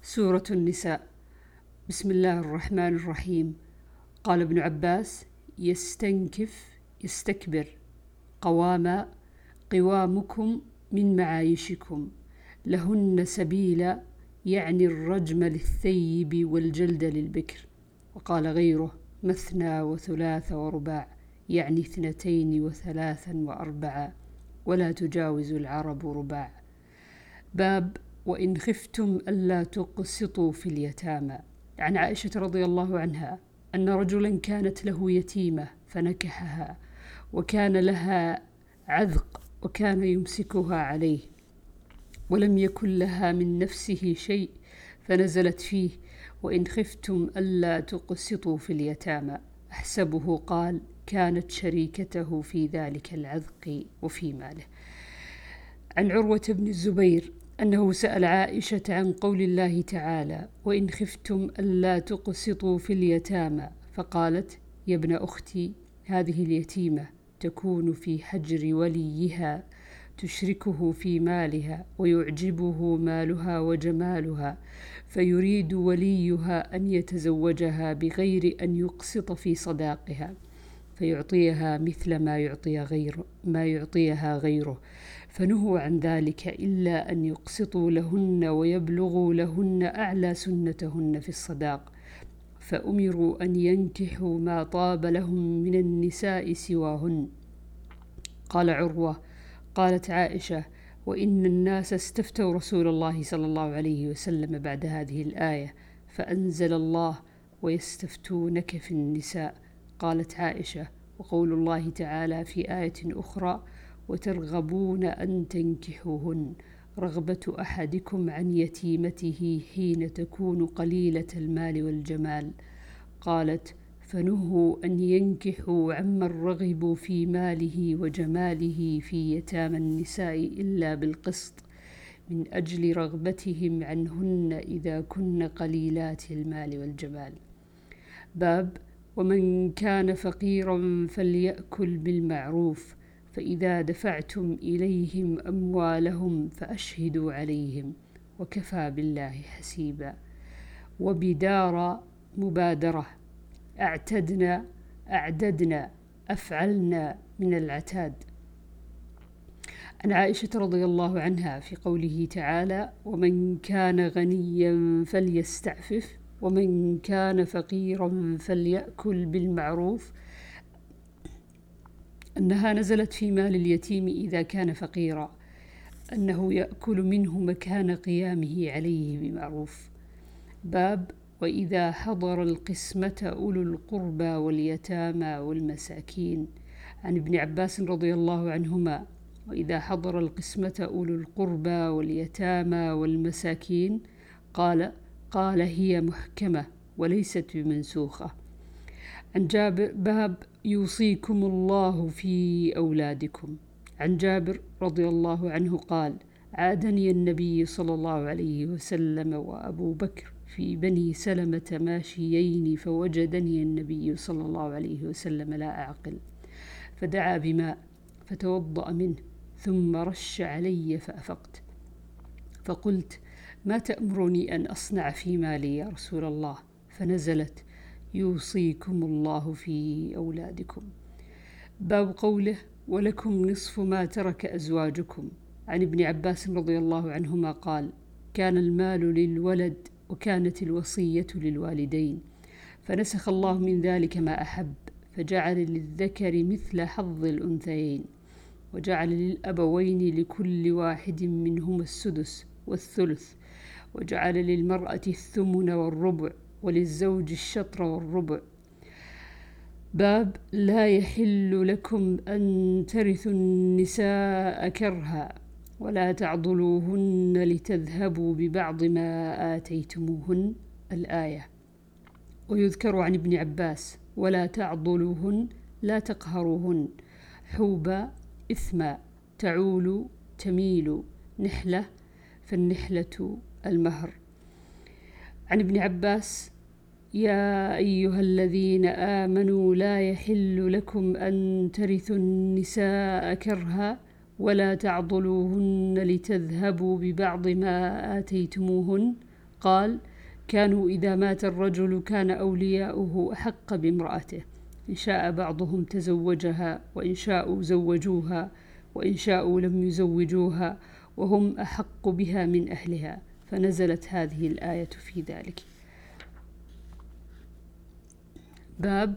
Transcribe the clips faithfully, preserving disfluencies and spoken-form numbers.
سورة النساء. بسم الله الرحمن الرحيم. قال ابن عباس: يستنكف يستكبر، قواما قوامكم من معايشكم، لهن سبيلا يعني الرجم للثيب والجلد للبكر. وقال غيره: مثنى وثلاث ورباع يعني اثنتين وثلاثا وأربعا، ولا تجاوز العرب رباع. باب وإن خفتم ألا تقسطوا في اليتامى. عن عائشة رضي الله عنها أن رجلا كانت له يتيمة فنكحها، وكان لها عذق وكان يمسكها عليه، ولم يكن لها من نفسه شيء، فنزلت فيه: وإن خفتم ألا تقسطوا في اليتامى. أحسبه قال: كانت شريكته في ذلك العذق وفي ماله. عن عروة بن الزبير أنه سأل عائشة عن قول الله تعالى: وإن خفتم ألا تقسطوا في اليتامى، فقالت: يا ابن أختي، هذه اليتيمة تكون في حجر وليها، تشركه في مالها ويعجبه مالها وجمالها، فيريد وليها أن يتزوجها بغير أن يقسط في صداقها، فيعطيها مثل ما يعطي غير ما يعطيها غيره، فنهوا عن ذلك إلا أن يقسطوا لهن ويبلغوا لهن أعلى سنتهن في الصداق، فأمروا أن ينكحوا ما طاب لهم من النساء سواهن. قال عروة: قالت عائشة: وإن الناس استفتوا رسول الله صلى الله عليه وسلم بعد هذه الآية، فأنزل الله: ويستفتونك في النساء. قالت عائشة: وقول الله تعالى في آية أخرى: وترغبون أن تنكحوهن، رغبة أحدكم عن يتيمته حين تكون قليلة المال والجمال. قالت: فنهوا أن ينكحوا عمن رغبوا في ماله وجماله في يتامى النساء إلا بالقسط، من أجل رغبتهم عنهن إذا كن قليلات المال والجمال. باب ومن كان فقيرا فليأكل بالمعروف، فإذا دفعتم إليهم أموالهم فأشهدوا عليهم، وكفى بالله حسيبا. وبدار مبادرة، اعتدنا أعددنا أفعلنا من العتاد. عن عائشة رضي الله عنها في قوله تعالى: ومن كان غنيا فليستعفف، ومن كان فقيرا فليأكل بالمعروف، أنها نزلت في مال اليتيم إذا كان فقيرا، أنه يأكل منه مكان قيامه عليه بمعروف. باب وإذا حضر القسمة أولو القربى واليتامى والمساكين. عن ابن عباس رضي الله عنهما: وإذا حضر القسمة أولو القربى واليتامى والمساكين، قال قال هي محكمة وليست بمنسوخة. عن جابر: باب يوصيكم الله في أولادكم. عن جابر رضي الله عنه قال: عادني النبي صلى الله عليه وسلم وأبو بكر في بني سلمة ماشيين، فوجدني النبي صلى الله عليه وسلم لا أعقل، فدعا بماء فتوضأ منه، ثم رش علي فأفقت، فقلت: ما تأمرني أن أصنع في مالي يا رسول الله؟ فنزلت: يوصيكم الله في أولادكم. باب قوله: ولكم نصف ما ترك أزواجكم. عن ابن عباس رضي الله عنهما قال: كان المال للولد وكانت الوصية للوالدين، فنسخ الله من ذلك ما أحب، فجعل للذكر مثل حظ الأنثيين، وجعل للأبوين لكل واحد منهما السدس والثلث، وجعل للمرأة الثمن والربع، وللزوج الشطر والربع. باب لا يحل لكم أن ترثوا النساء كرها، ولا تعضلوهن لتذهبوا ببعض ما آتيتموهن، الآية. ويذكر عن ابن عباس: ولا تعضلوهن لا تقهروهن، حوبا إثما، تعول تميل، نحلة، فالنحلة المهر. عن ابن عباس: يا أيها الذين آمنوا لا يحل لكم أن ترثوا النساء كرها، ولا تعضلوهن لتذهبوا ببعض ما آتيتموهن. قال: كانوا إذا مات الرجل كان أولياؤه أحق بامرأته، إن شاء بعضهم تزوجها، وإن شاءوا زوجوها، وإن شاءوا لم يزوجوها، وهم أحق بها من أهلها. فنزلت هذه الآية في ذلك. باب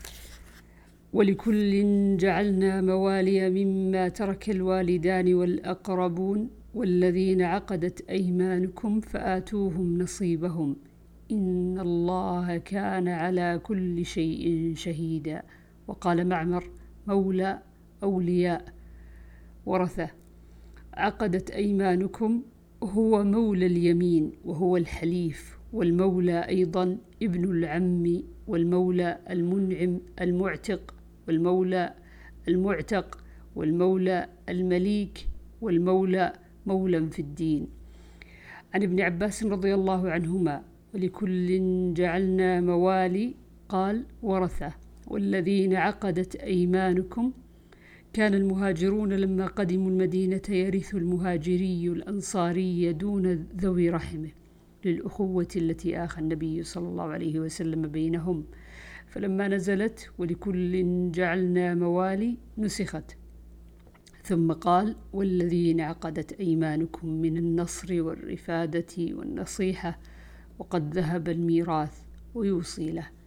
ولكل جعلنا موالي مما ترك الوالدان والأقربون والذين عقدت أيمانكم فآتوهم نصيبهم إن الله كان على كل شيء شهيدا. وقال معمر: مولى أولياء ورثة. عقدت أيمانكم هو مولى اليمين وهو الحليف، والمولى أيضا ابن العم، والمولى المنعم المعتق، والمولى المعتق، والمولى المليك، والمولى مولى في الدين. عن ابن عباس رضي الله عنهما: ولكل جعلنا موالي، قال: ورثة. والذين عقدت أيمانكم. كان المهاجرون لما قدموا المدينة يرث المهاجري الأنصاري دون ذوي رحمه، للأخوة التي آخى النبي صلى الله عليه وسلم بينهم، فلما نزلت ولكل جعلنا موالي نسخت، ثم قال: والذين عقدت أيمانكم من النصر والرفادة والنصيحة، وقد ذهب الميراث، ويوصي له.